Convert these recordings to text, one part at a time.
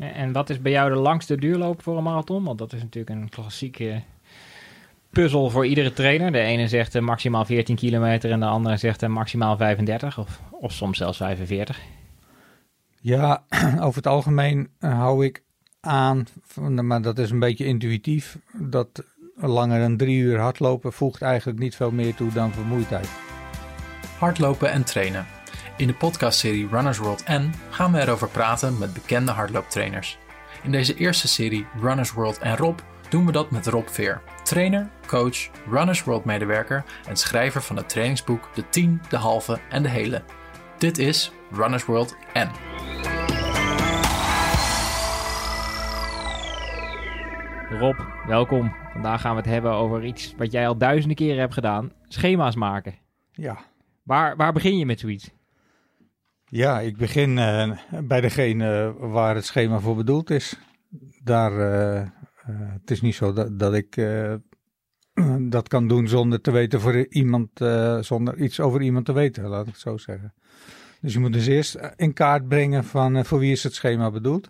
En wat is bij jou de langste duurloop voor een marathon? Want dat is natuurlijk een klassieke puzzel voor iedere trainer. De ene zegt maximaal 14 kilometer en de andere zegt maximaal 35 of soms zelfs 45. Ja, over het algemeen hou ik aan, maar dat is een beetje intuïtief, dat langer dan 3 uur hardlopen voegt eigenlijk niet veel meer toe dan vermoeidheid. Hardlopen en trainen. In de podcastserie Runners World N gaan we erover praten met bekende hardlooptrainers. In deze eerste serie Runners World en Rob doen we dat met Rob Veer, trainer, coach, Runners World medewerker en schrijver van het trainingsboek De 10, de halve en de hele. Dit is Runners World N. Rob, welkom. Vandaag gaan we het hebben over iets wat jij al duizenden keren hebt gedaan. Schema's maken. Ja. Waar begin je met zoiets? Ja, ik begin bij degene waar het schema voor bedoeld is. Het is niet zo dat ik dat kan doen zonder te weten voor iemand, zonder iets over iemand te weten, laat ik het zo zeggen. Dus je moet dus eerst in kaart brengen van voor wie is het schema bedoeld.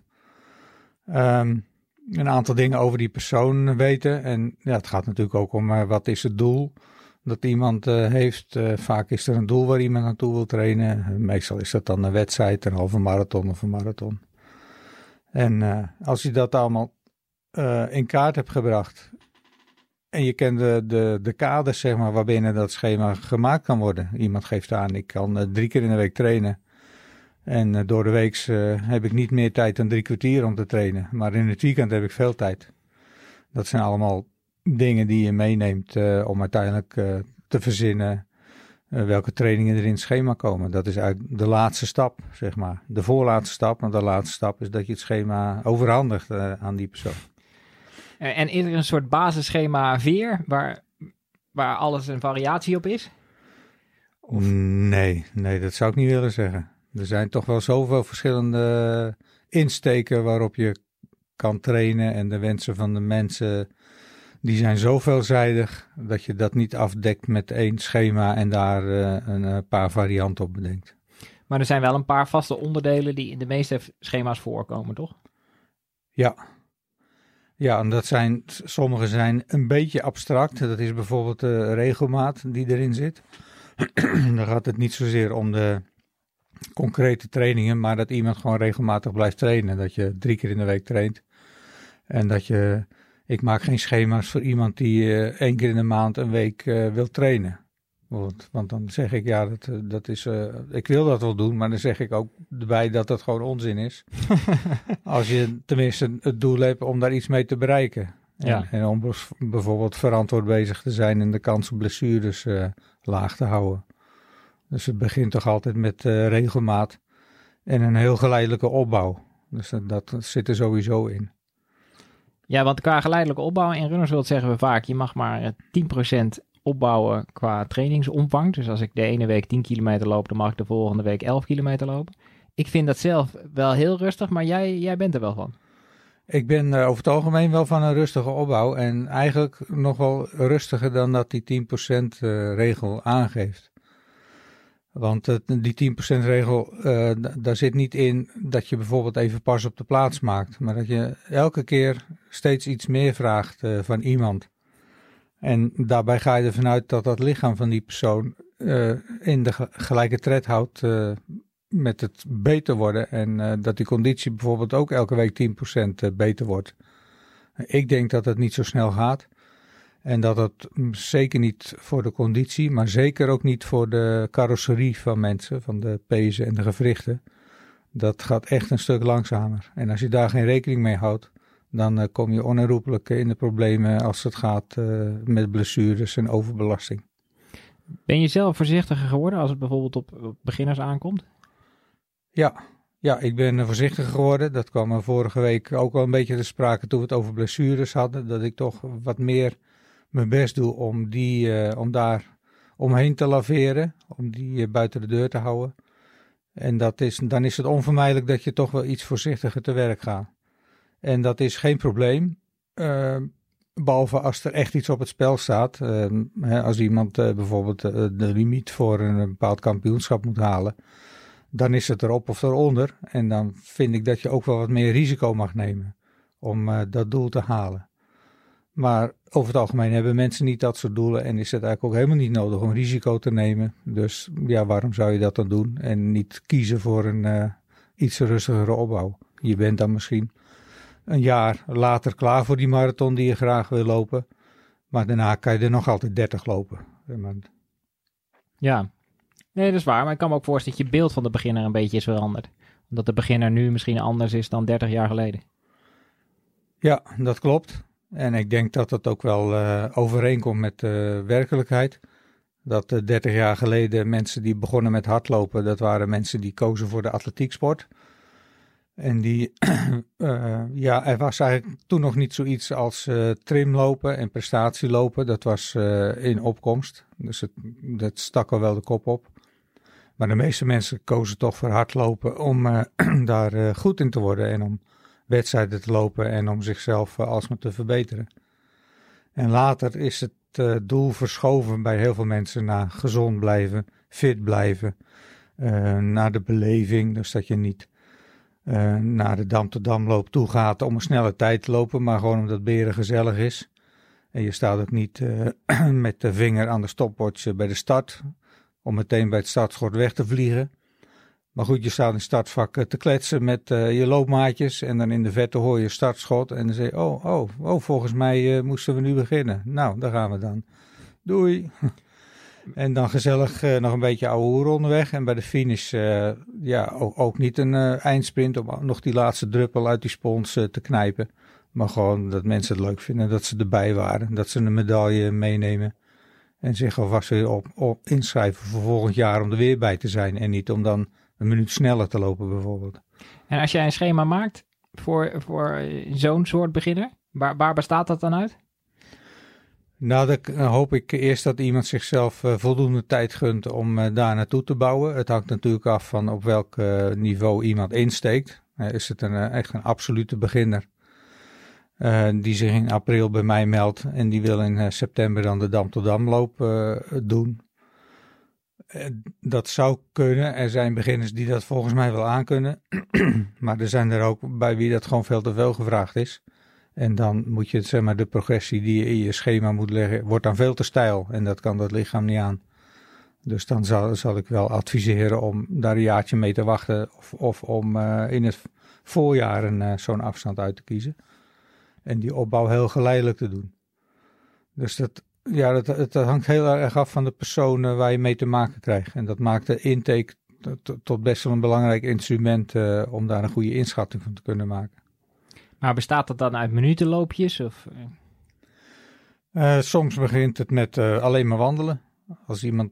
Een aantal dingen over die persoon weten. En ja, het gaat natuurlijk ook om wat is het doel dat iemand heeft. Vaak is er een doel waar iemand naartoe wil trainen. Meestal is dat dan een wedstrijd, een halve marathon of een marathon. En als je dat allemaal in kaart hebt gebracht en je kent de kaders, zeg maar, waarbinnen dat schema gemaakt kan worden. Iemand geeft aan, ik kan 3 keer in de week trainen. En door de week heb ik niet meer tijd dan 3 kwartier om te trainen. Maar in het weekend heb ik veel tijd. Dat zijn allemaal dingen die je meeneemt om uiteindelijk te verzinnen welke trainingen er in het schema komen. Dat is eigenlijk de laatste stap, zeg maar. De voorlaatste stap, want de laatste stap is dat je het schema overhandigt aan die persoon. En is er een soort basisschema Veer waar alles een variatie op is? Of? Nee, dat zou ik niet willen zeggen. Er zijn toch wel zoveel verschillende insteken waarop je kan trainen. En de wensen van de mensen, die zijn zo veelzijdig dat je dat niet afdekt met 1 schema en daar een paar varianten op bedenkt. Maar er zijn wel een paar vaste onderdelen die in de meeste schema's voorkomen, toch? Ja, en sommige zijn een beetje abstract. Dat is bijvoorbeeld de regelmaat die erin zit. Dan gaat het niet zozeer om de concrete trainingen, maar dat iemand gewoon regelmatig blijft trainen. Dat je 3 keer in de week traint. En ik maak geen schema's voor iemand die 1 keer in de maand een week wil trainen. Want dan zeg ik, ja, dat is, ik wil dat wel doen, maar dan zeg ik ook erbij dat dat gewoon onzin is. Als je tenminste het doel hebt om daar iets mee te bereiken. Ja. En om bijvoorbeeld verantwoord bezig te zijn en de kans op blessures laag te houden. Dus het begint toch altijd met regelmaat en een heel geleidelijke opbouw. Dus dat zit er sowieso in. Ja, want qua geleidelijke opbouw in Runners World zeggen we vaak, je mag maar 10% opbouwen qua trainingsomvang. Dus als ik de ene week 10 kilometer loop, dan mag ik de volgende week 11 kilometer lopen. Ik vind dat zelf wel heel rustig, maar jij bent er wel van. Ik ben over het algemeen wel van een rustige opbouw en eigenlijk nog wel rustiger dan dat die 10% regel aangeeft. Want die 10% regel, daar zit niet in dat je bijvoorbeeld even pas op de plaats maakt. Maar dat je elke keer steeds iets meer vraagt van iemand. En daarbij ga je ervan uit dat dat lichaam van die persoon in de gelijke tred houdt met het beter worden. En dat die conditie bijvoorbeeld ook elke week 10% beter wordt. Ik denk dat het niet zo snel gaat. En dat het zeker niet voor de conditie, maar zeker ook niet voor de carrosserie van mensen, van de pezen en de gewrichten. Dat gaat echt een stuk langzamer. En als je daar geen rekening mee houdt, dan kom je onherroepelijk in de problemen als het gaat met blessures en overbelasting. Ben je zelf voorzichtiger geworden als het bijvoorbeeld op beginners aankomt? Ja, ik ben voorzichtiger geworden. Dat kwam er vorige week ook wel een beetje te sprake toen we het over blessures hadden. Dat ik toch wat meer mijn best doe om daar omheen te laveren, om die buiten de deur te houden. En dan is het onvermijdelijk dat je toch wel iets voorzichtiger te werk gaat. En dat is geen probleem, behalve als er echt iets op het spel staat. Als iemand bijvoorbeeld de limiet voor een bepaald kampioenschap moet halen, dan is het erop of eronder. En dan vind ik dat je ook wel wat meer risico mag nemen om dat doel te halen. Maar over het algemeen hebben mensen niet dat soort doelen en is het eigenlijk ook helemaal niet nodig om risico te nemen. Dus ja, waarom zou je dat dan doen en niet kiezen voor een iets rustigere opbouw? Je bent dan misschien een jaar later klaar voor die marathon die je graag wil lopen. Maar daarna kan je er nog altijd 30 lopen. Ja, nee, dat is waar. Maar ik kan me ook voorstellen dat je beeld van de beginner een beetje is veranderd. Omdat de beginner nu misschien anders is dan 30 jaar geleden. Ja, dat klopt. En ik denk dat dat ook wel overeenkomt met de werkelijkheid. Dat 30 jaar geleden mensen die begonnen met hardlopen, dat waren mensen die kozen voor de atletieksport. En die, er was eigenlijk toen nog niet zoiets als trimlopen en prestatielopen. Dat was in opkomst. Dus dat stak al wel de kop op. Maar de meeste mensen kozen toch voor hardlopen om daar goed in te worden. En om wedstrijden te lopen en om zichzelf alsmaar te verbeteren. En later is het doel verschoven bij heel veel mensen naar gezond blijven, fit blijven. Naar de beleving, dus dat je niet naar de Dam-te-Damloop toe gaat om een snelle tijd te lopen, maar gewoon omdat beren gezellig is. En je staat ook niet met de vinger aan de stopwatch bij de start, om meteen bij het startschot weg te vliegen. Maar goed, je staat in het startvak te kletsen met je loopmaatjes en dan in de verte hoor je startschot en dan zeg je, oh, volgens mij moesten we nu beginnen. Nou, daar gaan we dan. Doei. En dan gezellig nog een beetje ouwe hoer onderweg. En bij de finish ook niet een eindsprint om nog die laatste druppel uit die spons te knijpen. Maar gewoon dat mensen het leuk vinden dat ze erbij waren. Dat ze een medaille meenemen. En zich alvast weer op inschrijven voor volgend jaar om er weer bij te zijn. En niet om dan een minuut sneller te lopen bijvoorbeeld. En als jij een schema maakt voor zo'n soort beginner, waar bestaat dat dan uit? Nou, dan hoop ik eerst dat iemand zichzelf voldoende tijd gunt om daar naartoe te bouwen. Het hangt natuurlijk af van op welk niveau iemand insteekt. Is het echt een absolute beginner die zich in april bij mij meldt en die wil in september dan de Dam-te-Damloop doen. Dat zou kunnen. Er zijn beginners die dat volgens mij wel aankunnen. Maar er zijn er ook bij wie dat gewoon veel te veel gevraagd is. En dan moet je, zeg maar, de progressie die je in je schema moet leggen, wordt dan veel te steil. En dat kan dat lichaam niet aan. Dus dan zal ik wel adviseren om daar een jaartje mee te wachten. Of om in het voorjaar zo'n afstand uit te kiezen. En die opbouw heel geleidelijk te doen. Dus het hangt heel erg af van de persoon waar je mee te maken krijgt. En dat maakt de intake tot best wel een belangrijk instrument om daar een goede inschatting van te kunnen maken. Maar bestaat dat dan uit minutenloopjes? Of? Soms begint het met alleen maar wandelen. Als iemand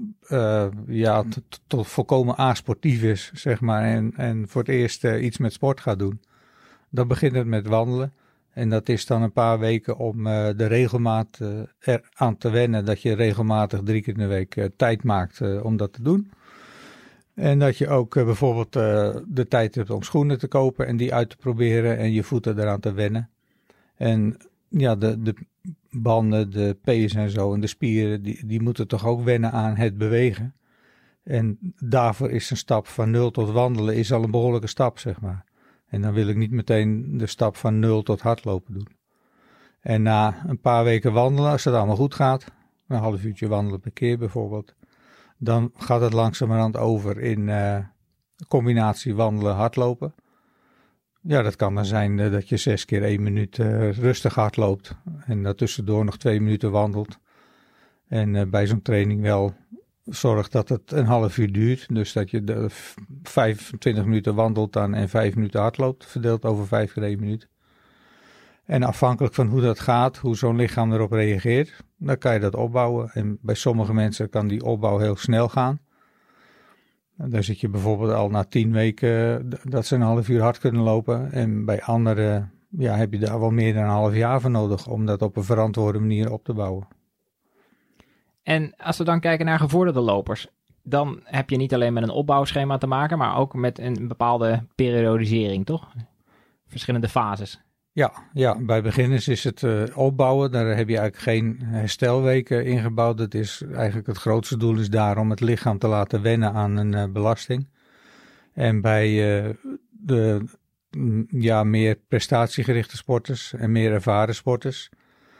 tot volkomen asportief is, zeg maar, en voor het eerst iets met sport gaat doen, dan begint het met wandelen. En dat is dan een paar weken om de regelmaat eraan te wennen, dat je regelmatig 3 keer in de week tijd maakt om dat te doen. En dat je ook bijvoorbeeld de tijd hebt om schoenen te kopen en die uit te proberen en je voeten eraan te wennen. En ja, de banden, de pees en zo en de spieren, die moeten toch ook wennen aan het bewegen. En daarvoor is een stap van 0 tot wandelen is al een behoorlijke stap, zeg maar. En dan wil ik niet meteen de stap van 0 tot hardlopen doen. En na een paar weken wandelen, als het allemaal goed gaat, een half uurtje wandelen per keer bijvoorbeeld, dan gaat het langzamerhand over in combinatie wandelen-hardlopen. Ja, dat kan dan zijn dat je 6 keer 1 minuut rustig hardloopt en daartussendoor nog 2 minuten wandelt. En bij zo'n training wel zorgt dat het een half uur duurt. Dus dat je 25 minuten wandelt dan en 5 minuten hardloopt, verdeeld over 5 keer 1 minuut. En afhankelijk van hoe dat gaat, hoe zo'n lichaam erop reageert, dan kan je dat opbouwen. En bij sommige mensen kan die opbouw heel snel gaan. Dan zit je bijvoorbeeld al na 10 weken dat ze een half uur hard kunnen lopen. En bij anderen heb je daar wel meer dan een half jaar voor nodig om dat op een verantwoorde manier op te bouwen. En als we dan kijken naar gevorderde lopers, dan heb je niet alleen met een opbouwschema te maken, maar ook met een bepaalde periodisering, toch? Verschillende fases. Ja, bij beginners is het opbouwen. Daar heb je eigenlijk geen herstelweken ingebouwd. Dat is eigenlijk het grootste doel is daar om het lichaam te laten wennen aan een belasting. En bij de meer prestatiegerichte sporters en meer ervaren sporters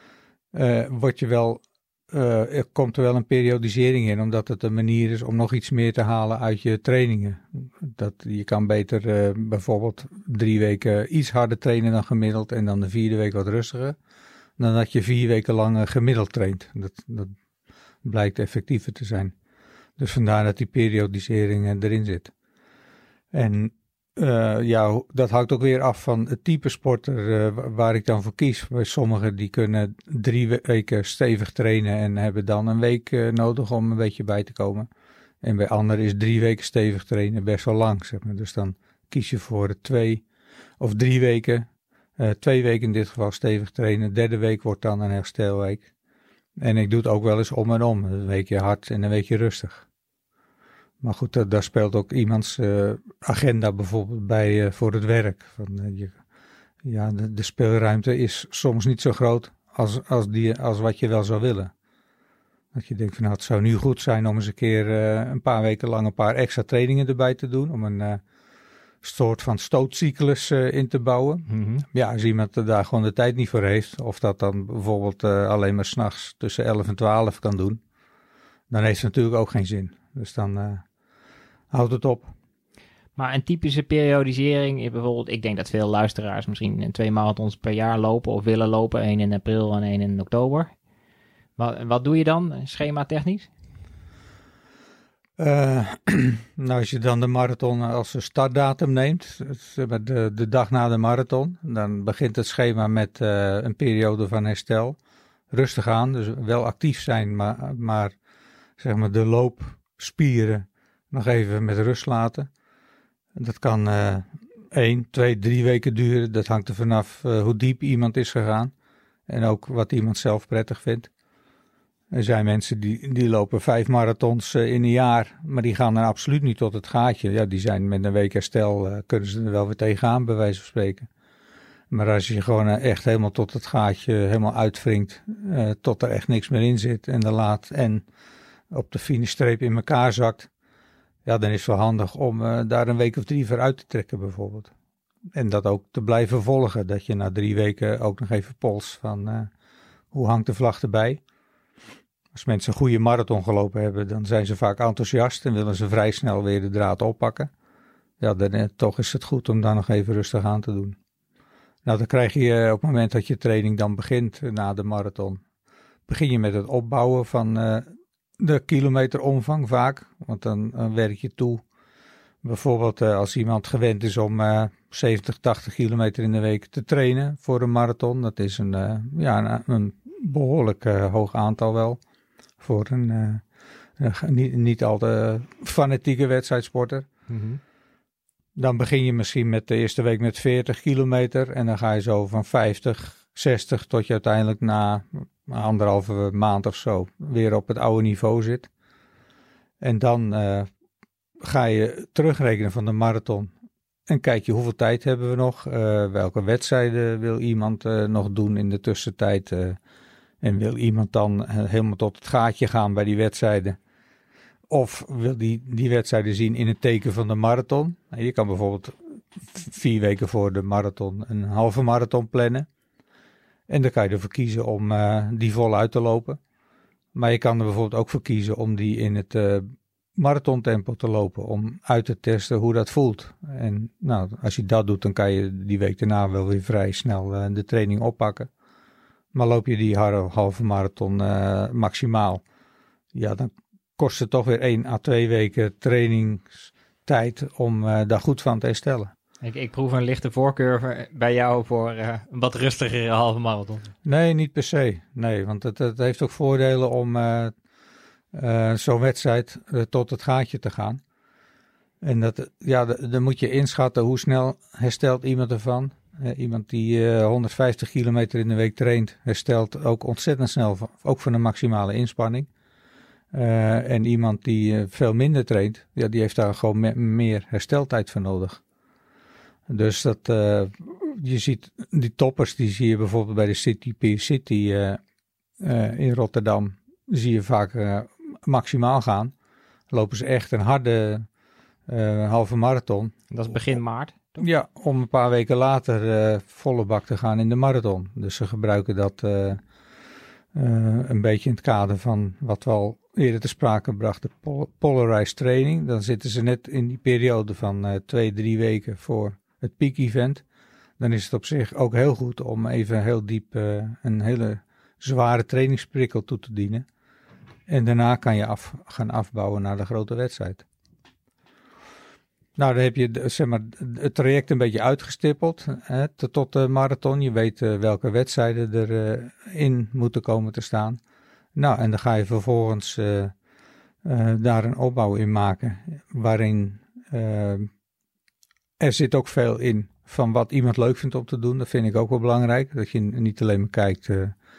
komt er wel een periodisering in, omdat het een manier is om nog iets meer te halen uit je trainingen. Je kan beter bijvoorbeeld 3 weken iets harder trainen dan gemiddeld en dan de 4e week wat rustiger, dan dat je 4 weken lang gemiddeld traint. Dat blijkt effectiever te zijn. Dus vandaar dat die periodisering erin zit. En dat hangt ook weer af van het type sporter waar ik dan voor kies. Bij sommigen die kunnen 3 weken stevig trainen en hebben dan een week nodig om een beetje bij te komen. En bij anderen is 3 weken stevig trainen best wel lang, zeg maar. Dus dan kies je voor 2 of 3 weken. 2 weken in dit geval stevig trainen. De 3e week wordt dan een herstelweek. En ik doe het ook wel eens om en om. Een weekje hard en een weekje rustig. Maar goed, daar speelt ook iemands agenda bijvoorbeeld bij voor het werk. De speelruimte is soms niet zo groot als wat je wel zou willen. Dat je denkt van het zou nu goed zijn om eens een keer een paar weken lang een paar extra trainingen erbij te doen. Om een soort van stootcyclus in te bouwen. Mm-hmm. Ja, als iemand daar gewoon de tijd niet voor heeft. Of dat dan bijvoorbeeld alleen maar 's nachts tussen 11 en 12 kan doen. Dan heeft het natuurlijk ook geen zin. Dus dan houdt het op. Maar een typische periodisering, bijvoorbeeld, ik denk dat veel luisteraars misschien 2 marathons per jaar lopen of willen lopen. 1 in april en 1 in oktober. Wat doe je dan, schema-technisch? Als je dan de marathon als een startdatum neemt, de dag na de marathon, dan begint het schema met een periode van herstel. Rustig aan, dus wel actief zijn, maar zeg maar de loopspieren nog even met rust laten. Dat kan 1, 2, 3 weken duren. Dat hangt er vanaf hoe diep iemand is gegaan. En ook wat iemand zelf prettig vindt. Er zijn mensen die lopen 5 marathons in een jaar. Maar die gaan dan absoluut niet tot het gaatje. Ja, die zijn met een week herstel, kunnen ze er wel weer tegenaan, bij wijze van spreken. Maar als je gewoon echt helemaal tot het gaatje helemaal uitwringt. Tot er echt niks meer in zit. En de laat en op de finishstreep in elkaar zakt. Ja, dan is het wel handig om daar een week of 3 voor uit te trekken bijvoorbeeld. En dat ook te blijven volgen. Dat je na 3 weken ook nog even polst van hoe hangt de vlag erbij. Als mensen een goede marathon gelopen hebben, dan zijn ze vaak enthousiast en willen ze vrij snel weer de draad oppakken. Ja, dan toch is het goed om daar nog even rustig aan te doen. Nou, dan krijg je op het moment dat je training dan begint na de marathon, begin je met het opbouwen van de kilometeromvang vaak. Want dan werk je toe. Bijvoorbeeld als iemand gewend is om 70, 80 kilometer in de week te trainen voor een marathon. Dat is een behoorlijk hoog aantal wel. Voor een niet al te fanatieke wedstrijdsporter. Mm-hmm. Dan begin je misschien met de eerste week met 40 kilometer. En dan ga je zo van 50, 60 tot je uiteindelijk na 1,5 maand of zo weer op het oude niveau zit. En dan ga je terugrekenen van de marathon. En kijk je hoeveel tijd hebben we nog. Welke wedstrijden wil iemand nog doen in de tussentijd. En wil iemand dan helemaal tot het gaatje gaan bij die wedstrijden. Of wil die wedstrijden zien in het teken van de marathon. Je kan bijvoorbeeld 4 weken voor de marathon een halve marathon plannen. En dan kan je ervoor kiezen om die voluit te lopen. Maar je kan er bijvoorbeeld ook voor kiezen om die in het marathontempo te lopen. Om uit te testen hoe dat voelt. En nou, als je dat doet, dan kan je die week daarna wel weer vrij snel de training oppakken. Maar loop je die halve marathon maximaal, ja, dan kost het toch weer 1 à 2 weken trainingstijd om daar goed van te herstellen. Ik proef een lichte voorkeur bij jou voor een wat rustigere halve marathon. Nee, niet per se. Nee, want het heeft ook voordelen om zo'n wedstrijd tot het gaatje te gaan. En dan moet je inschatten hoe snel herstelt iemand ervan. Iemand die 150 kilometer in de week traint, herstelt ook ontzettend snel, ook van een maximale inspanning. En iemand die veel minder traint, ja, die heeft daar gewoon meer hersteltijd voor nodig. Dus je ziet die toppers, die zie je bijvoorbeeld bij de City Pier City in Rotterdam, zie je vaak maximaal gaan. Lopen ze echt een harde een halve marathon. Dat is begin maart. Ja, om een paar weken later volle bak te gaan in de marathon. Dus ze gebruiken dat een beetje in het kader van wat we al eerder te sprake brachten, polarized training. Dan zitten ze net in die periode van 2-3 weken voor het peak event. Dan is het op zich ook heel goed om even heel diep een hele zware trainingsprikkel toe te dienen. En daarna kan je gaan afbouwen naar de grote wedstrijd. Nou, dan heb je het traject een beetje uitgestippeld tot de marathon. Je weet welke wedstrijden erin moeten komen te staan. Nou, en dan ga je vervolgens daar een opbouw in maken. Waarin er zit ook veel in van wat iemand leuk vindt om te doen. Dat vind ik ook wel belangrijk. Dat je niet alleen maar kijkt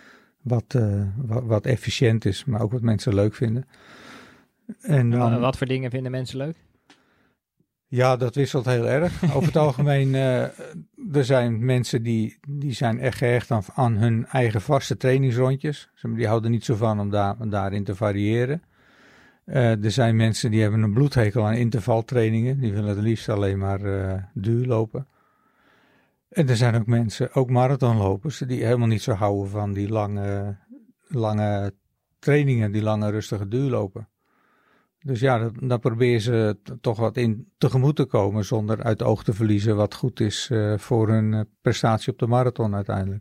wat efficiënt is, maar ook wat mensen leuk vinden. En dan, wat voor dingen vinden mensen leuk? Ja, dat wisselt heel erg. Over het algemeen, er zijn mensen die zijn echt gehecht aan hun eigen vaste trainingsrondjes. Die houden niet zo van om daarin te variëren. Er zijn mensen die hebben een bloedhekel aan intervaltrainingen. Die willen het liefst alleen maar duurlopen. En er zijn ook mensen, ook marathonlopers, die helemaal niet zo houden van die lange trainingen, die lange rustige duurlopen. Dus ja, dan proberen ze toch wat in tegemoet te komen zonder uit het oog te verliezen wat goed is voor hun prestatie op de marathon uiteindelijk.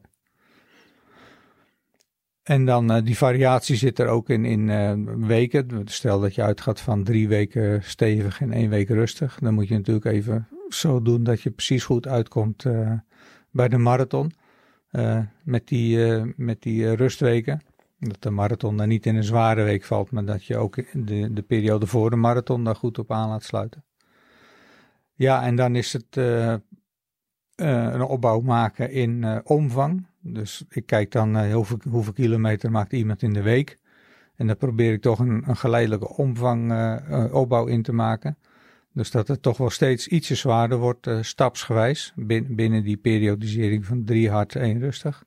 En dan die variatie zit er ook in weken. Stel dat je uitgaat van 3 weken stevig en 1 week rustig. Dan moet je natuurlijk even zo doen dat je precies goed uitkomt bij de marathon. Met die rustweken. Dat de marathon dan niet in een zware week valt, maar dat je ook de periode voor de marathon daar goed op aan laat sluiten. Ja, en dan is het een opbouw maken in omvang. Dus ik kijk dan hoeveel kilometer maakt iemand in de week. En dan probeer ik toch een geleidelijke opbouw in te maken. Dus dat het toch wel steeds ietsje zwaarder wordt, stapsgewijs, binnen die periodisering van 3 hard, 1 rustig.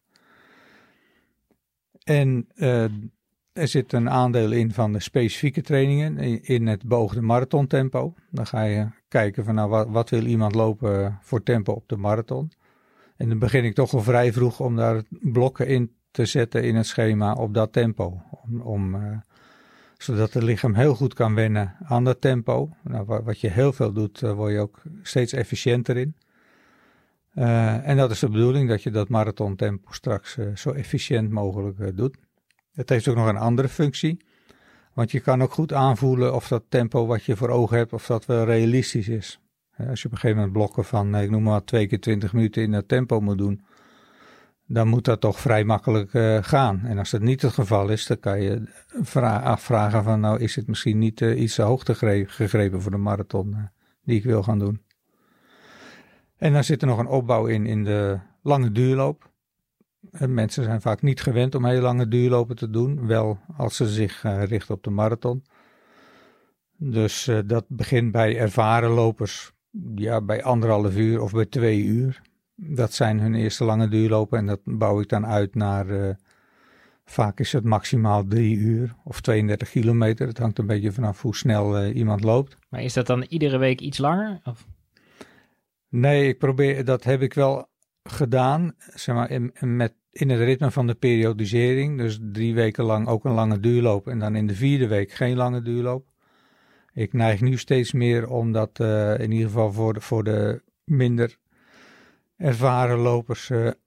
En er zit een aandeel in van de specifieke trainingen in het beoogde marathontempo. Dan ga je kijken van wat wil iemand lopen voor tempo op de marathon. En dan begin ik toch wel vrij vroeg om daar blokken in te zetten in het schema op dat tempo. Zodat het lichaam heel goed kan wennen aan dat tempo. Nou, wat je heel veel doet, word je ook steeds efficiënter in. En dat is de bedoeling, dat je dat marathontempo straks zo efficiënt mogelijk doet. Het heeft ook nog een andere functie. Want je kan ook goed aanvoelen of dat tempo wat je voor ogen hebt, of dat wel realistisch is. Als je op een gegeven moment blokken van, ik noem maar 2 keer 20 minuten in dat tempo moet doen, dan moet dat toch vrij makkelijk gaan. En als dat niet het geval is, dan kan je afvragen van, nou is het misschien niet iets te hoog gegrepen voor de marathon die ik wil gaan doen. En dan zit er nog een opbouw in de lange duurloop. Mensen zijn vaak niet gewend om heel lange duurlopen te doen, wel als ze zich richten op de marathon. Dus dat begint bij ervaren lopers, ja, bij 1,5 uur of bij 2 uur. Dat zijn hun eerste lange duurlopen en dat bouw ik dan uit naar, vaak is het maximaal 3 uur of 32 kilometer. Het hangt een beetje vanaf hoe snel iemand loopt. Maar is dat dan iedere week iets langer? Of? Nee, dat heb ik wel gedaan, zeg maar, in het ritme van de periodisering. Dus 3 weken lang ook een lange duurloop en dan in de 4e week geen lange duurloop. Ik neig nu steeds meer om dat in ieder geval voor de minder ervaren lopers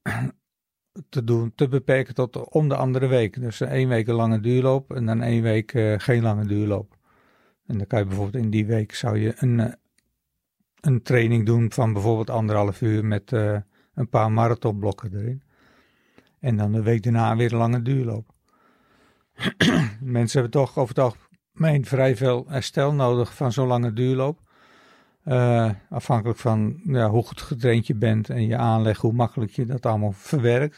te beperken tot om de andere week. Dus 1 week een lange duurloop en dan 1 week geen lange duurloop. En dan kan je bijvoorbeeld in die week zou je een training doen van bijvoorbeeld 1,5 uur met een paar marathonblokken erin. En dan de week daarna weer een lange duurloop. Mensen hebben toch over het algemeen vrij veel herstel nodig van zo'n lange duurloop. Afhankelijk van hoe goed getraind je bent en je aanleg, hoe makkelijk je dat allemaal verwerkt.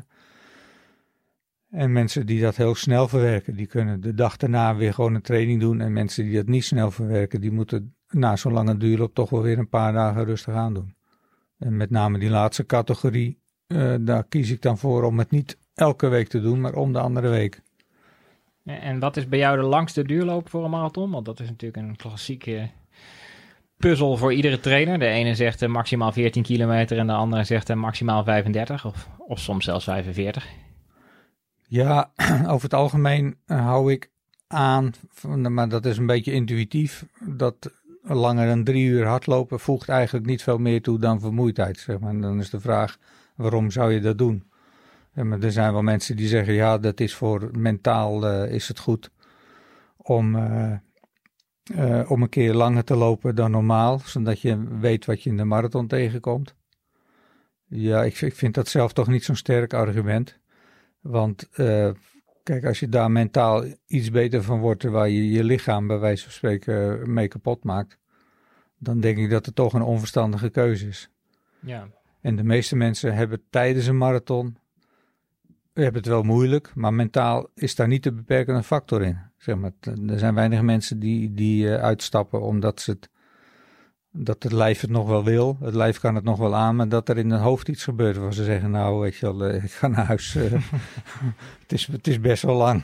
En mensen die dat heel snel verwerken, die kunnen de dag daarna weer gewoon een training doen. En mensen die dat niet snel verwerken, die moeten na zo'n lange duurloop toch wel weer een paar dagen rustig aan doen. En met name die laatste categorie, daar kies ik dan voor om het niet elke week te doen, maar om de andere week. En wat is bij jou de langste duurloop voor een marathon? Want dat is natuurlijk een klassieke puzzel voor iedere trainer. De ene zegt maximaal 14 kilometer en de andere zegt maximaal 35 of soms zelfs 45. Ja, over het algemeen hou ik aan, maar dat is een beetje intuïtief, dat langer dan 3 uur hardlopen voegt eigenlijk niet veel meer toe dan vermoeidheid. Zeg maar. En dan is de vraag, waarom zou je dat doen? Maar er zijn wel mensen die zeggen, ja, dat is voor mentaal is het goed om een keer langer te lopen dan normaal, zodat je weet wat je in de marathon tegenkomt. Ja, ik vind dat zelf toch niet zo'n sterk argument. Want kijk, als je daar mentaal iets beter van wordt, waar je je lichaam bij wijze van spreken mee kapot maakt, dan denk ik dat het toch een onverstandige keuze is. Ja. En de meeste mensen hebben tijdens een marathon, hebben het wel moeilijk, maar mentaal is daar niet de beperkende factor in. Zeg maar, er zijn weinig mensen die uitstappen omdat dat het lijf het nog wel wil. Het lijf kan het nog wel aan, maar dat er in het hoofd iets gebeurt waar ze zeggen, nou weet je wel, ik ga naar huis. Het is best wel lang.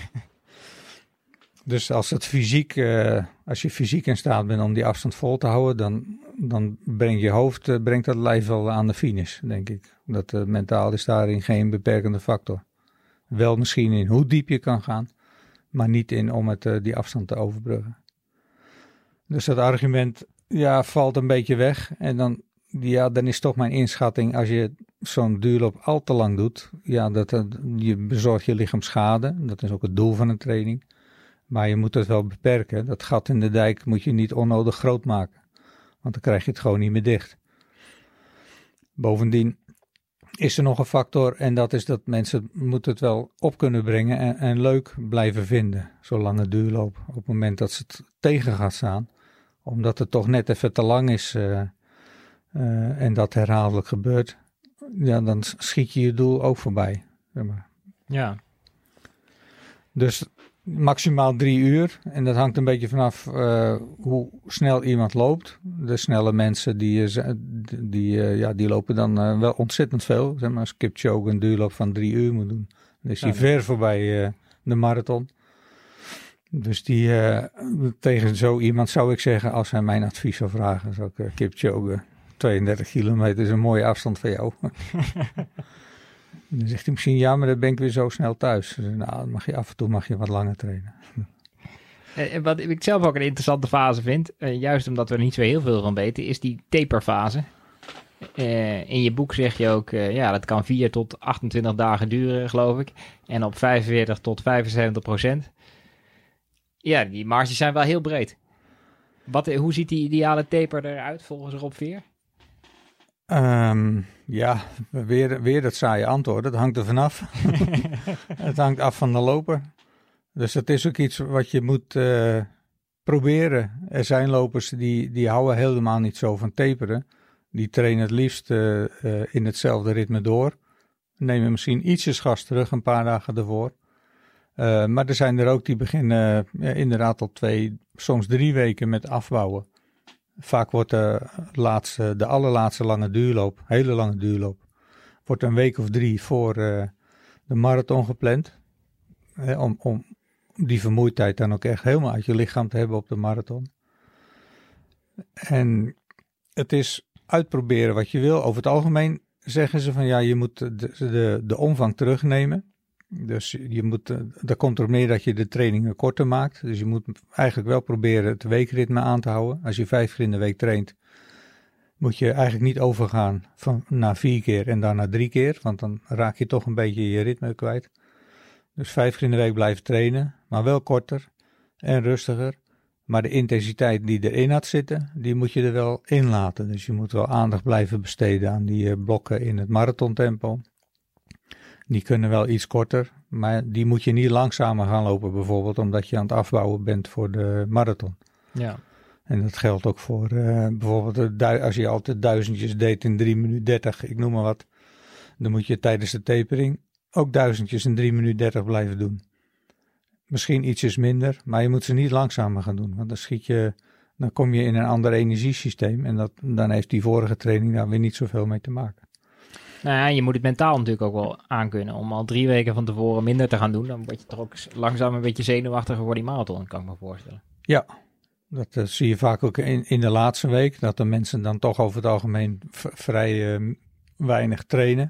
Dus als je fysiek in staat bent om die afstand vol te houden, dan brengt je hoofd, brengt dat lijf wel aan de finish, denk ik. Dat mentaal is daarin geen beperkende factor. Wel misschien in hoe diep je kan gaan, maar niet in om die afstand te overbruggen. Dus dat argument valt een beetje weg. En dan is toch mijn inschatting, als je zo'n duurloop al te lang doet, je bezorgt je lichaam schade. Dat is ook het doel van een training. Maar je moet het wel beperken. Dat gat in de dijk moet je niet onnodig groot maken. Want dan krijg je het gewoon niet meer dicht. Bovendien is er nog een factor en dat is dat mensen moeten het wel op kunnen brengen en leuk blijven vinden. Zolang het duurloop. Op het moment dat ze het tegen gaat staan. Omdat het toch net even te lang is en dat herhaaldelijk gebeurt. Ja, dan schiet je doel ook voorbij. Zeg maar. Ja. Dus maximaal 3 uur. En dat hangt een beetje vanaf hoe snel iemand loopt. De snelle mensen die lopen dan wel ontzettend veel. Zeg maar, als Kipchoge een duurloop van 3 uur moet doen. Dan is hij ver voorbij de marathon. Dus tegen zo iemand zou ik zeggen, als hij mijn advies zou vragen, zou ik Kipchoge, 32 kilometer is een mooie afstand voor jou. Dan zegt hij misschien, ja, maar dan ben ik weer zo snel thuis. Dus, nou, af en toe mag je wat langer trainen. Wat ik zelf ook een interessante fase vind, juist omdat we er niet zo heel veel van weten, is die taperfase. In je boek zeg je ook, dat kan 4 tot 28 dagen duren, geloof ik. En op 45 tot 75%. Ja, die marges zijn wel heel breed. Hoe ziet die ideale taper eruit volgens Rob Veer? Weer dat saaie antwoord. Dat hangt er vanaf. Het hangt af van de loper. Dus dat is ook iets wat je moet proberen. Er zijn lopers die houden helemaal niet zo van taperen. Die trainen het liefst in hetzelfde ritme door. Nemen misschien ietsjes gas terug een paar dagen ervoor. Maar er zijn er ook die beginnen inderdaad al 2, soms 3 weken met afbouwen. Vaak wordt de allerlaatste hele lange duurloop, wordt een week of 3 voor de marathon gepland. Om die vermoeidheid dan ook echt helemaal uit je lichaam te hebben op de marathon. En het is uitproberen wat je wil. Over het algemeen zeggen ze van je moet de omvang terugnemen. Dus je moet, dat komt erop neer dat je de trainingen korter maakt. Dus je moet eigenlijk wel proberen het weekritme aan te houden. Als je 5 keer in de week traint, moet je eigenlijk niet overgaan naar 4 keer en dan naar 3 keer. Want dan raak je toch een beetje je ritme kwijt. Dus 5 keer in de week blijven trainen, maar wel korter en rustiger. Maar de intensiteit die erin had zitten, die moet je er wel in laten. Dus je moet wel aandacht blijven besteden aan die blokken in het marathontempo. Die kunnen wel iets korter, maar die moet je niet langzamer gaan lopen bijvoorbeeld, omdat je aan het afbouwen bent voor de marathon. Ja. En dat geldt ook voor bijvoorbeeld als je altijd duizendjes deed in 3 minuten 30, ik noem maar wat. Dan moet je tijdens de tapering ook duizendjes in 3 minuten 30 blijven doen. Misschien ietsjes minder, maar je moet ze niet langzamer gaan doen. Want dan kom je in een ander energiesysteem en dan heeft die vorige training daar weer niet zoveel mee te maken. Nou ja, je moet het mentaal natuurlijk ook wel aankunnen. Om al 3 weken van tevoren minder te gaan doen, dan word je toch ook langzaam een beetje zenuwachtiger voor die marathon, kan ik me voorstellen. Dat zie je vaak ook in de laatste week, dat de mensen dan toch over het algemeen vrij weinig trainen.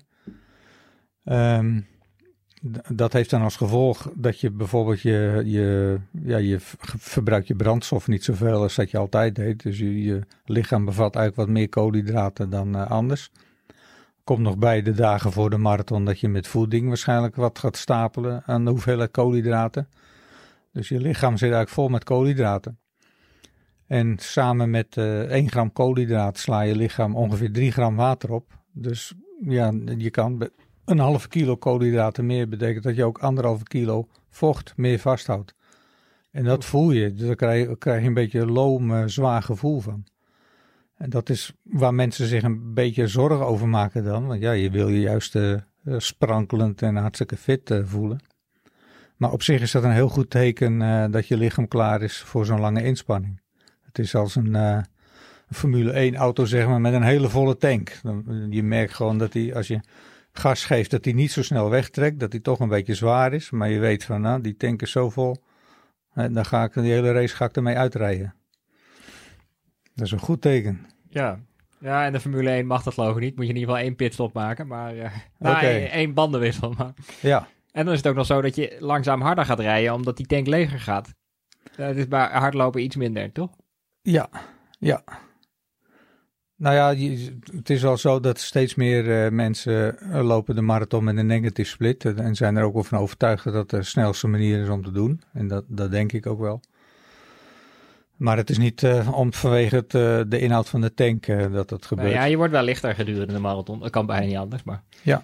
Dat heeft dan als gevolg dat je bijvoorbeeld je verbruikt je brandstof niet zoveel als dat je altijd deed. Dus je lichaam bevat eigenlijk wat meer koolhydraten dan anders. Komt nog bij de dagen voor de marathon dat je met voeding waarschijnlijk wat gaat stapelen aan de hoeveelheid koolhydraten. Dus je lichaam zit eigenlijk vol met koolhydraten. En samen met 1 gram koolhydraat sla je lichaam ongeveer 3 gram water op. Dus ja, je kan 1,5 kilo koolhydraten meer betekent dat je ook 1,5 kilo vocht meer vasthoudt. En dat voel je. Dus daar krijg je een beetje een loom, zwaar gevoel van. En dat is waar mensen zich een beetje zorgen over maken dan. Want ja, je wil je juist sprankelend en hartstikke fit voelen. Maar op zich is dat een heel goed teken dat je lichaam klaar is voor zo'n lange inspanning. Het is als een Formule 1 auto zeg maar met een hele volle tank. Je merkt gewoon dat als je gas geeft dat hij niet zo snel wegtrekt. Dat hij toch een beetje zwaar is. Maar je weet van nou die tank is zo vol. Dan ga ik die hele race ermee uitrijden. Dat is een goed teken. Ja, en de Formule 1 mag dat geloof ik niet. Moet je in ieder geval 1 pitstop maken. Maar Okay. 1 bandenwissel. Maar. Ja. En dan is het ook nog zo dat je langzaam harder gaat rijden omdat die tank leger gaat. Het is bij hardlopen iets minder, toch? Ja. Nou ja, het is wel zo dat steeds meer mensen lopen de marathon met een negative split. En zijn er ook wel van overtuigd dat dat de snelste manier is om te doen. En dat denk ik ook wel. Maar het is niet vanwege de inhoud van de tank dat het gebeurt. Ja, je wordt wel lichter gedurende de marathon. Dat kan bijna niet anders, maar... Ja.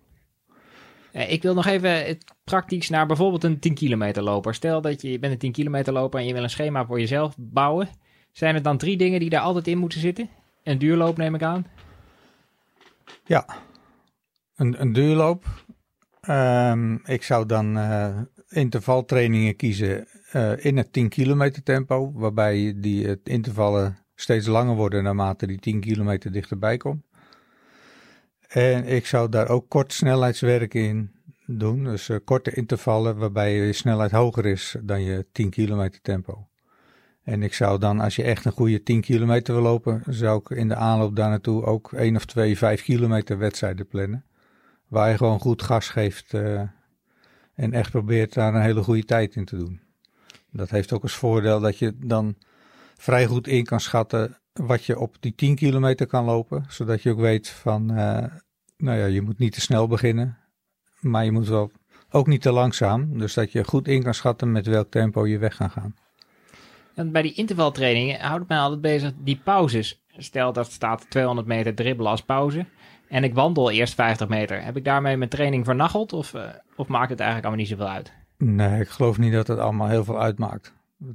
Ik wil nog even praktisch naar bijvoorbeeld een 10 kilometer loper. Stel dat je bent een 10 kilometer loper en je wil een schema voor jezelf bouwen. Zijn er dan 3 dingen die daar altijd in moeten zitten? Een duurloop neem ik aan. Ja, een duurloop. Ik zou dan intervaltrainingen kiezen in het 10 kilometer tempo. Waarbij die intervallen steeds langer worden naarmate die 10 kilometer dichterbij komt. En ik zou daar ook kort snelheidswerk in doen. Dus korte intervallen waarbij je snelheid hoger is dan je 10 kilometer tempo. En ik zou dan, als je echt een goede 10 kilometer wil lopen, zou ik in de aanloop daar naartoe ook 1 of 2 5 kilometer wedstrijden plannen. Waar je gewoon goed gas geeft en echt probeert daar een hele goede tijd in te doen. Dat heeft ook als voordeel dat je dan vrij goed in kan schatten wat je op die 10 kilometer kan lopen. Zodat je ook weet van, je moet niet te snel beginnen. Maar je moet wel ook niet te langzaam. Dus dat je goed in kan schatten met welk tempo je weg kan gaan. En bij die intervaltrainingen houdt het mij altijd bezig, die pauzes. Stel dat staat 200 meter dribbelen als pauze. En ik wandel eerst 50 meter. Heb ik daarmee mijn training vernacheld of maakt het eigenlijk allemaal niet zoveel uit? Nee, ik geloof niet dat het allemaal heel veel uitmaakt.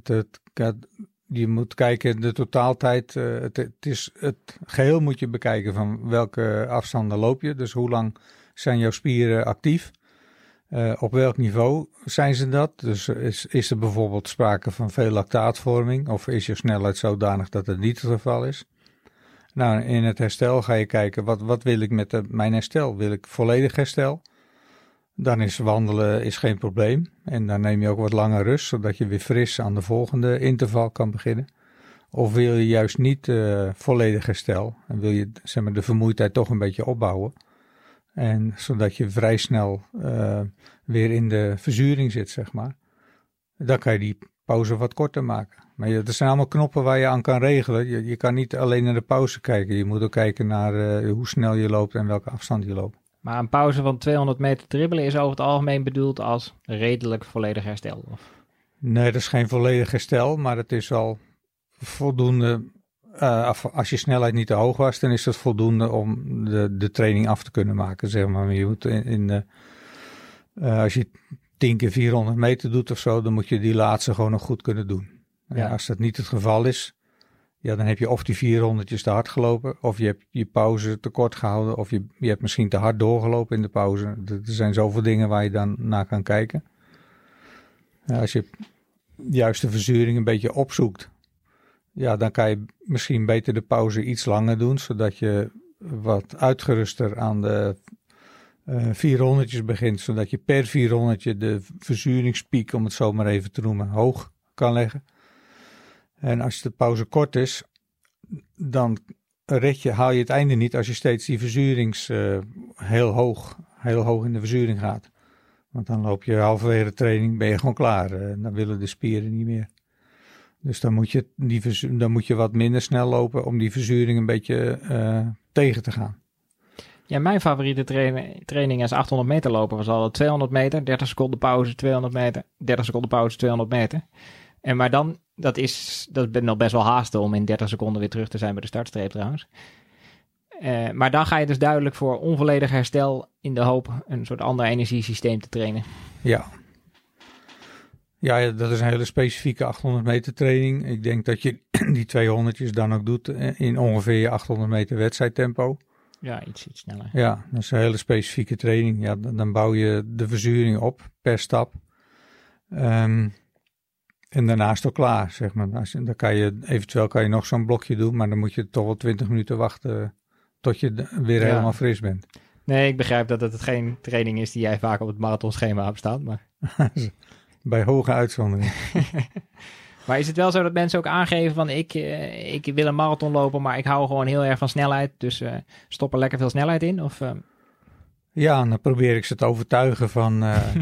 Je moet kijken, de totaaltijd, het geheel moet je bekijken van welke afstanden loop je. Dus hoe lang zijn jouw spieren actief? Op welk niveau zijn ze dat? Dus is er bijvoorbeeld sprake van veel lactaatvorming of is je snelheid zodanig dat het niet het geval is? Nou, in het herstel ga je kijken, wat wil ik met mijn herstel? Wil ik volledig herstel? Dan is wandelen geen probleem. En dan neem je ook wat langer rust, zodat je weer fris aan de volgende interval kan beginnen. Of wil je juist niet volledig herstel en wil je de vermoeidheid toch een beetje opbouwen. En zodat je vrij snel weer in de verzuring zit, zeg maar. Dan kan je die pauze wat korter maken. Maar er zijn allemaal knoppen waar je aan kan regelen. Je kan niet alleen naar de pauze kijken. Je moet ook kijken naar hoe snel je loopt en welke afstand je loopt. Maar een pauze van 200 meter dribbelen is over het algemeen bedoeld als redelijk volledig herstel? Of? Nee, dat is geen volledig herstel, maar het is al voldoende. Als je snelheid niet te hoog was, dan is dat voldoende om de training af te kunnen maken, zeg maar. Je moet als je 10 keer 400 meter doet of zo, dan moet je die laatste gewoon nog goed kunnen doen. Ja. Als dat niet het geval is, ja, dan heb je of die 400'tjes te hard gelopen, of je hebt je pauze te kort gehouden, of je hebt misschien te hard doorgelopen in de pauze. Er zijn zoveel dingen waar je dan naar kan kijken. Als je juist de verzuring een beetje opzoekt, ja, dan kan je misschien beter de pauze iets langer doen, zodat je wat uitgeruster aan de 400'tjes begint, zodat je per 400'tje de verzuringspiek, om het zo maar even te noemen, hoog kan leggen. En als de pauze kort is, dan haal je het einde niet als je steeds die verzurings heel hoog in de verzuring gaat. Want dan loop je halverwege de training, ben je gewoon klaar. Dan willen de spieren niet meer. Dus dan moet je wat minder snel lopen om die verzuring een beetje tegen te gaan. Ja, mijn favoriete training is 800 meter lopen. Was al 200 meter, 30 seconden pauze, 200 meter, 30 seconden pauze, 200 meter. Maar dan, dat ben nog best wel haasten om in 30 seconden weer terug te zijn bij de startstreep trouwens. Maar dan ga je dus duidelijk voor onvolledig herstel in de hoop een soort ander energiesysteem te trainen. Ja. Ja, dat is een hele specifieke 800 meter training. Ik denk dat je die 200'tjes dan ook doet in ongeveer je 800 meter wedstrijdtempo. Ja, iets sneller. Ja, dat is een hele specifieke training. Ja, dan bouw je de verzuring op per stap. En daarna is het al klaar, zeg maar. Eventueel kan je nog zo'n blokje doen, maar dan moet je toch wel 20 minuten wachten tot je weer helemaal fris bent. Nee, ik begrijp dat het geen training is die jij vaak op het marathonschema hebt staan, maar... Bij hoge uitzondering. Maar is het wel zo dat mensen ook aangeven van ik wil een marathon lopen, maar ik hou gewoon heel erg van snelheid, dus stop er lekker veel snelheid in? Of, Ja, dan probeer ik ze te overtuigen van...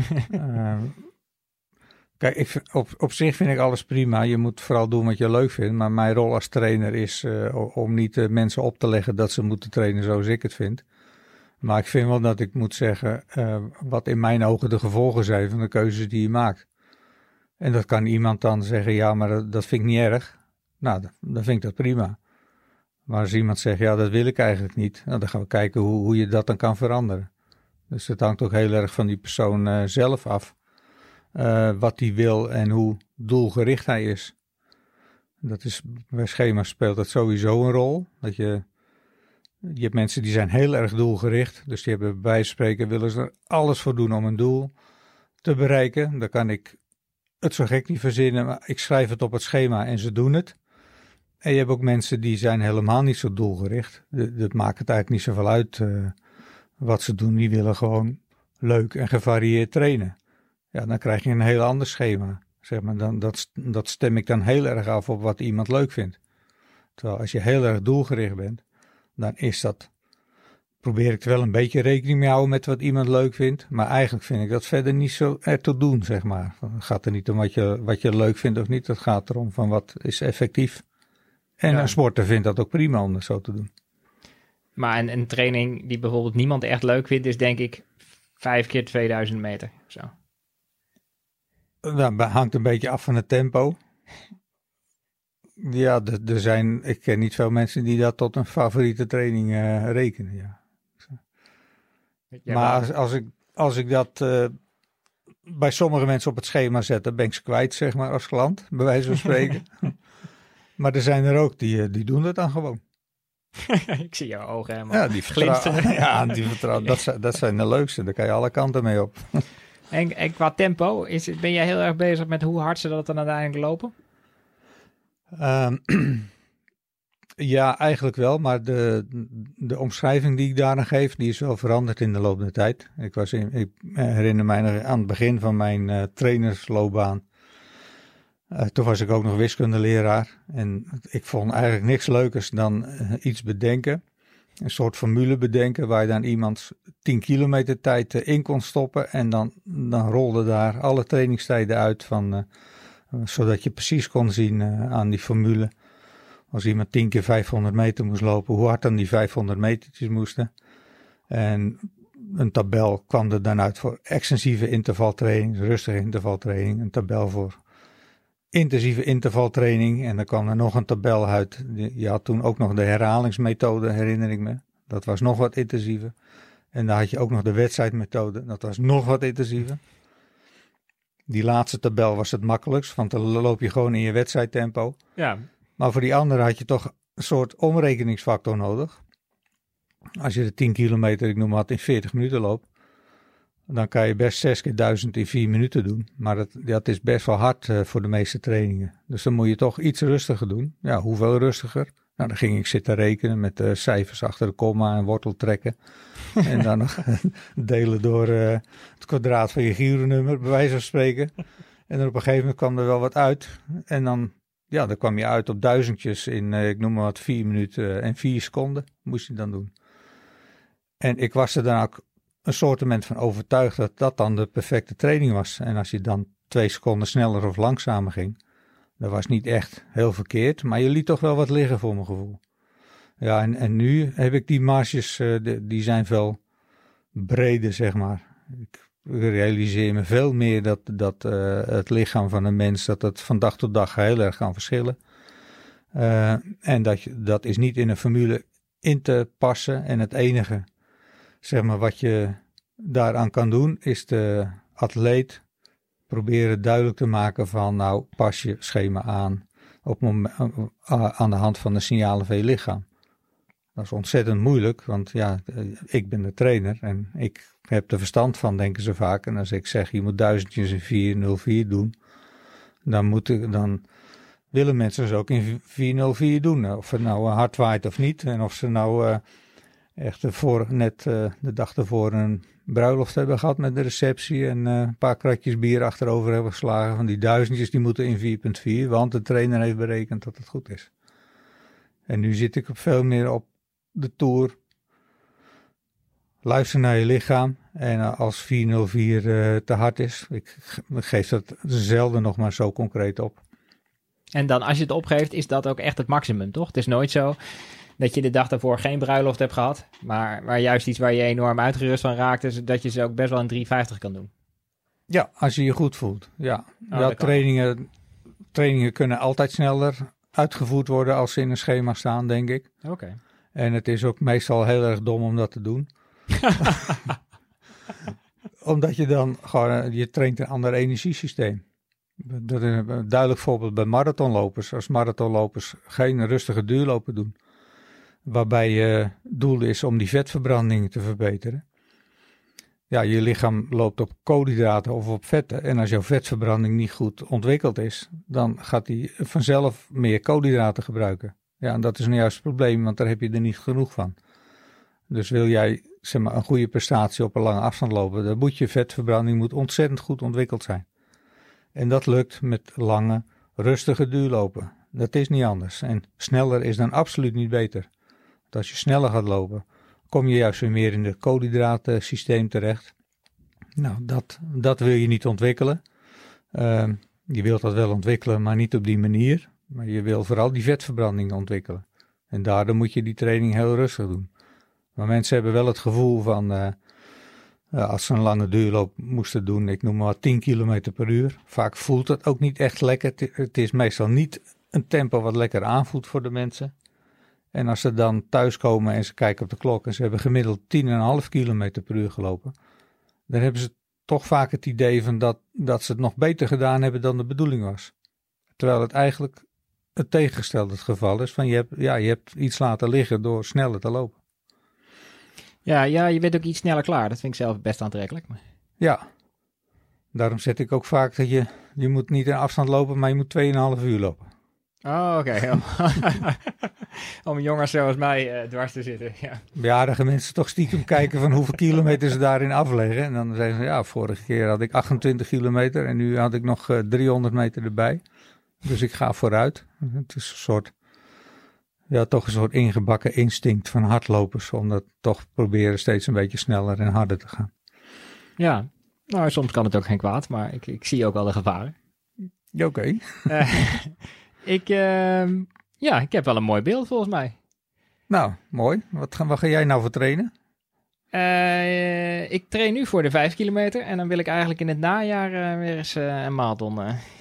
Kijk, op zich vind ik alles prima. Je moet vooral doen wat je leuk vindt. Maar mijn rol als trainer is om niet mensen op te leggen dat ze moeten trainen zoals ik het vind. Maar ik vind wel dat ik moet zeggen wat in mijn ogen de gevolgen zijn van de keuzes die je maakt. En dat kan iemand dan zeggen, ja, maar dat vind ik niet erg. Nou, dan vind ik dat prima. Maar als iemand zegt, ja, dat wil ik eigenlijk niet. Nou, dan gaan we kijken hoe je dat dan kan veranderen. Dus het hangt ook heel erg van die persoon zelf af. Wat hij wil en hoe doelgericht hij is. Bij schema's speelt dat sowieso een rol. Je hebt mensen die zijn heel erg doelgericht. Dus die hebben bij wijze van spreken willen ze er alles voor doen om een doel te bereiken. Dan kan ik het zo gek niet verzinnen, maar ik schrijf het op het schema en ze doen het. En je hebt ook mensen die zijn helemaal niet zo doelgericht. Dat maakt het eigenlijk niet zoveel uit wat ze doen. Die willen gewoon leuk en gevarieerd trainen. Ja, dan krijg je een heel ander schema. Zeg maar, dat stem ik dan heel erg af op wat iemand leuk vindt. Terwijl als je heel erg doelgericht bent, dan probeer ik er wel een beetje rekening mee houden met wat iemand leuk vindt. Maar eigenlijk vind ik dat verder niet zo ertoe doen, zeg maar. Het gaat er niet om wat je leuk vindt of niet. Het gaat erom van wat is effectief. En een sporter vindt dat ook prima om dat zo te doen. Maar een training die bijvoorbeeld niemand echt leuk vindt, is denk ik 5 keer 2000 meter. Zo. Dat hangt een beetje af van het tempo. Ja, ik ken niet veel mensen die dat tot een favoriete training rekenen. Ja. Maar als ik dat bij sommige mensen op het schema zet, dan ben ik ze kwijt, zeg maar, als klant, bij wijze van spreken. Maar er zijn er ook die doen dat dan gewoon. Ik zie jouw ogen helemaal. Ja, die vertrouwen. Dat zijn de leukste, daar kan je alle kanten mee op. En qua tempo, ben jij heel erg bezig met hoe hard ze dat dan uiteindelijk lopen? Ja, eigenlijk wel, maar de omschrijving die ik daarna geef, die is wel veranderd in de loop der tijd. Ik herinner mij nog aan het begin van mijn trainersloopbaan. Toen was ik ook nog wiskundeleraar en ik vond eigenlijk niks leukers dan iets bedenken. Een soort formule bedenken waar je dan iemand 10 kilometer tijd in kon stoppen. En dan rolde daar alle trainingstijden uit zodat je precies kon zien aan die formule. Als iemand 10 keer 500 meter moest lopen, hoe hard dan die 500 metertjes moesten. En een tabel kwam er dan uit voor extensieve intervaltraining, rustige intervaltraining. Een tabel voor intensieve intervaltraining. En dan kwam er nog een tabel uit. Je had toen ook nog de herhalingsmethode, herinner ik me. Dat was nog wat intensiever. En dan had je ook nog de wedstrijdmethode. Dat was nog wat intensiever. Die laatste tabel was het makkelijkst, want dan loop je gewoon in je wedstrijdtempo. Ja. Maar voor die andere had je toch een soort omrekeningsfactor nodig. Als je de 10 kilometer, ik noem maar wat, in 40 minuten loopt, dan kan je best 6 keer 1000 in 4 minuten doen. Maar dat is best wel hard voor de meeste trainingen. Dus dan moet je toch iets rustiger doen. Ja, hoeveel rustiger? Nou, dan ging ik zitten rekenen met cijfers achter de komma en wortel trekken. En dan nog delen door het kwadraat van je Giro-nummer, bij wijze van spreken. En dan op een gegeven moment kwam er wel wat uit. En dan ja, dan kwam je uit op duizendjes in, ik noem maar wat, 4 minuten en 4 seconden moest je dan doen. En ik was er dan ook een soortement van overtuigd dat dat dan de perfecte training was. En als je dan 2 seconden sneller of langzamer ging, dat was niet echt heel verkeerd, maar je liet toch wel wat liggen voor mijn gevoel. Ja, en nu heb ik die marges, die zijn veel breder, zeg maar. Ik realiseer me veel meer dat het lichaam van een mens, dat het van dag tot dag heel erg kan verschillen. En dat is niet in een formule in te passen. En het enige, zeg maar, wat je daaraan kan doen, is de atleet proberen duidelijk te maken van, nou, pas je schema aan aan de hand van de signalen van je lichaam. Dat is ontzettend moeilijk, want ja, ik ben de trainer en ik heb er verstand van, denken ze vaak. En als ik zeg, je moet duizendjes in 404 doen, dan willen mensen ze ook in 404 doen. Of het nou hard waait of niet. En of ze nou echt de dag ervoor een bruiloft hebben gehad met de receptie en een paar kratjes bier achterover hebben geslagen. Van die duizendjes, die moeten in 4.4, want de trainer heeft berekend dat het goed is. En nu zit ik veel meer op de Tour. Luister naar je lichaam. En als 404 te hard is, ik geef dat zelden nog maar zo concreet op. En dan als je het opgeeft, is dat ook echt het maximum, toch? Het is nooit zo dat je de dag daarvoor geen bruiloft hebt gehad, maar juist iets waar je enorm uitgerust van raakt, is dat je ze ook best wel in 3.50 kan doen. Ja, als je je goed voelt. Ja, trainingen kunnen altijd sneller uitgevoerd worden als ze in een schema staan, denk ik. Oké. En het is ook meestal heel erg dom om dat te doen. Omdat je dan gewoon, je traint een ander energiesysteem. Dat is een duidelijk voorbeeld bij marathonlopers. Als marathonlopers geen rustige duurlopen doen, waarbij je doel is om die vetverbranding te verbeteren. Ja, je lichaam loopt op koolhydraten of op vetten. En als jouw vetverbranding niet goed ontwikkeld is, dan gaat hij vanzelf meer koolhydraten gebruiken. Ja, en dat is nou juist het probleem, want daar heb je er niet genoeg van. Dus wil jij, zeg maar, een goede prestatie op een lange afstand lopen, dan moet je vetverbranding ontzettend goed ontwikkeld zijn. En dat lukt met lange, rustige duurlopen. Dat is niet anders. En sneller is dan absoluut niet beter. Want als je sneller gaat lopen, kom je juist weer meer in het koolhydratensysteem terecht. Nou, dat wil je niet ontwikkelen. Je wilt dat wel ontwikkelen, maar niet op die manier. Maar je wil vooral die vetverbranding ontwikkelen. En daardoor moet je die training heel rustig doen. Maar mensen hebben wel het gevoel van, als ze een lange duurloop moesten doen, ik noem maar 10 km per uur. Vaak voelt het ook niet echt lekker. Het is meestal niet een tempo wat lekker aanvoelt voor de mensen. En als ze dan thuiskomen en ze kijken op de klok en ze hebben gemiddeld 10,5 km per uur gelopen, dan hebben ze toch vaak het idee van dat ze het nog beter gedaan hebben dan de bedoeling was. Terwijl het eigenlijk het tegengestelde het geval is van je hebt iets laten liggen door sneller te lopen. Ja, je bent ook iets sneller klaar. Dat vind ik zelf best aantrekkelijk. Maar... Ja, daarom zet ik ook vaak dat je moet niet in afstand lopen, maar je moet 2,5 uur lopen. Oh, oké. Om jongens zoals mij dwars te zitten. Ja. Bejaardige mensen toch stiekem kijken van hoeveel kilometer ze daarin afleggen. En dan zeggen ze, ja, vorige keer had ik 28 kilometer en nu had ik nog 300 meter erbij. Dus ik ga vooruit. Het is toch een soort ingebakken instinct van hardlopers om dat toch proberen steeds een beetje sneller en harder te gaan. Ja, nou soms kan het ook geen kwaad, maar ik zie ook wel de gevaren. Oké. Ik heb wel een mooi beeld volgens mij. Nou, mooi. Wat ga jij nou voor trainen? Ik train nu voor de 5 kilometer en dan wil ik eigenlijk in het najaar weer eens een marathon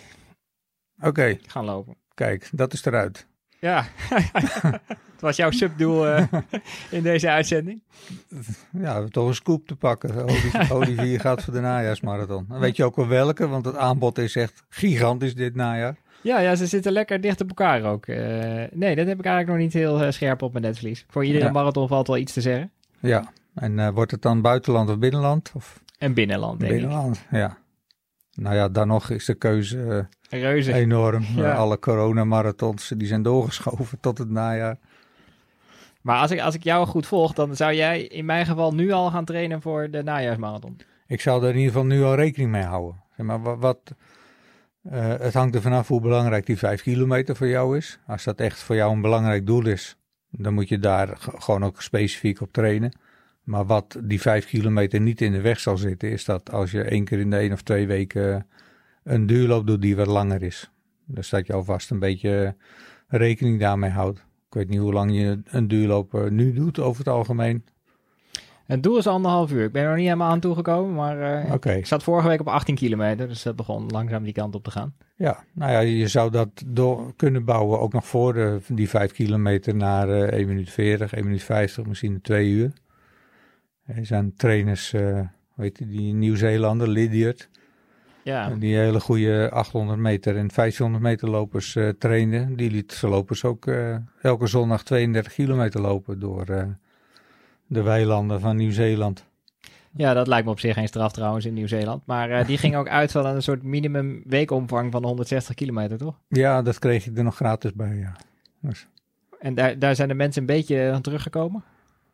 gaan lopen. Kijk, dat is eruit. Ja, het was jouw subdoel in deze uitzending. Ja, we hebben toch een scoop te pakken. Olivier gaat voor de najaarsmarathon. Dan weet je ook wel welke, want het aanbod is echt gigantisch dit najaar. Ja, ze zitten lekker dicht op elkaar ook. Nee, dat heb ik eigenlijk nog niet heel scherp op mijn netvlies. Voor iedere marathon valt wel iets te zeggen. Ja, en wordt het dan buitenland of binnenland? En binnenland, denk ik. Ja. Nou ja, dan nog is de keuze reuze enorm. Ja. Alle coronamarathons die zijn doorgeschoven tot het najaar. Maar als ik jou goed volg, dan zou jij in mijn geval nu al gaan trainen voor de najaarsmarathon. Ik zou er in ieder geval nu al rekening mee houden. Zeg maar, Het hangt er vanaf hoe belangrijk die 5 kilometer voor jou is. Als dat echt voor jou een belangrijk doel is, dan moet je daar gewoon ook specifiek op trainen. Maar wat die 5 kilometer niet in de weg zal zitten, is dat als je 1 keer in de 1 of 2 weken een duurloop doet die wat langer is. Dus dat je alvast een beetje rekening daarmee houdt. Ik weet niet hoe lang je een duurloop nu doet over het algemeen. Het doel is 1,5 uur. Ik ben er nog niet helemaal aan toegekomen, maar ik zat vorige week op 18 kilometer. Dus dat begon langzaam die kant op te gaan. Ja, nou ja, je zou dat door kunnen bouwen ook nog voor die 5 kilometer naar 1 minuut 40, 1 minuut 50, misschien 2 uur. Er zijn trainers, weet je, die Nieuw-Zeelander, Lydiard. Ja. Die hele goede 800 meter en 1500 meter lopers trainen. Die liet ze lopers ook elke zondag 32 kilometer lopen door de weilanden van Nieuw-Zeeland. Ja, dat lijkt me op zich geen straf trouwens in Nieuw-Zeeland. Maar die ging ook uit van een soort minimum weekomvang van 160 kilometer, toch? Ja, dat kreeg ik er nog gratis bij, ja. Dus. En daar zijn de mensen een beetje aan teruggekomen?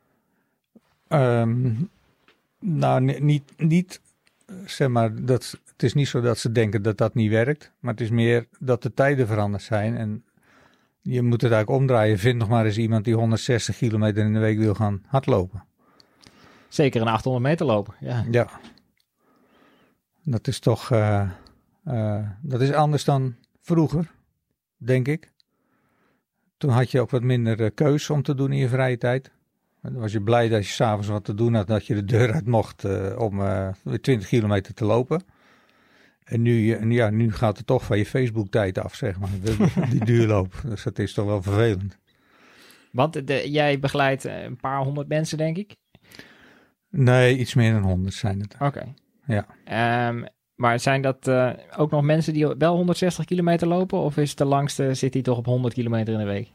Nou, niet zeg maar, het is niet zo dat ze denken dat dat niet werkt. Maar het is meer dat de tijden veranderd zijn. En je moet het eigenlijk omdraaien. Vind nog maar eens iemand die 160 kilometer in de week wil gaan hardlopen. Zeker een 800 meter lopen, ja. Ja. Dat is toch, dat is anders dan vroeger, denk ik. Toen had je ook wat minder keus om te doen in je vrije tijd. Dan was je blij dat je s'avonds wat te doen had, dat je de deur uit mocht om 20 kilometer te lopen. En nu gaat het toch van je Facebook-tijd af, zeg maar, die duurloop. Dus dat is toch wel vervelend. Want jij begeleidt een paar 100 mensen, denk ik? Nee, iets meer dan 100 zijn het. Oké. Ja. Maar zijn dat ook nog mensen die wel 160 kilometer lopen? Of is de langste, zit die toch op 100 kilometer in de week?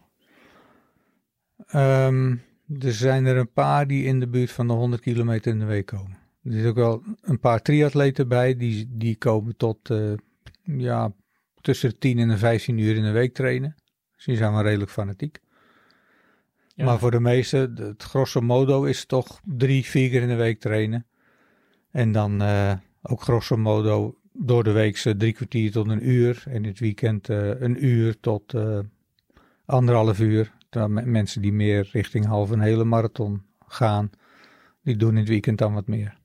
Er zijn er een paar die in de buurt van de 100 kilometer in de week komen. Er zitten ook wel een paar triatleten bij. Die komen tot tussen de 10 en de 15 uur in de week trainen. Dus die zijn wel redelijk fanatiek. Ja. Maar voor de meesten, het grosso modo is toch 3-4 keer in de week trainen. En dan ook grosso modo door de week 3 kwartier tot 1 uur. En in het weekend 1 uur tot 1,5 uur. Terwijl mensen die meer richting half een hele marathon gaan, die doen in het weekend dan wat meer.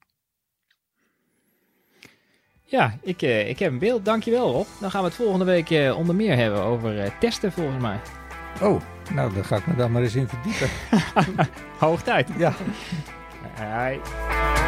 Ja, ik heb een beeld. Dankjewel, Rob. Dan gaan we het volgende week onder meer hebben over testen volgens mij. Oh, nou dan ga ik me daar maar eens in verdiepen. Hoog tijd. Ja. Hoi.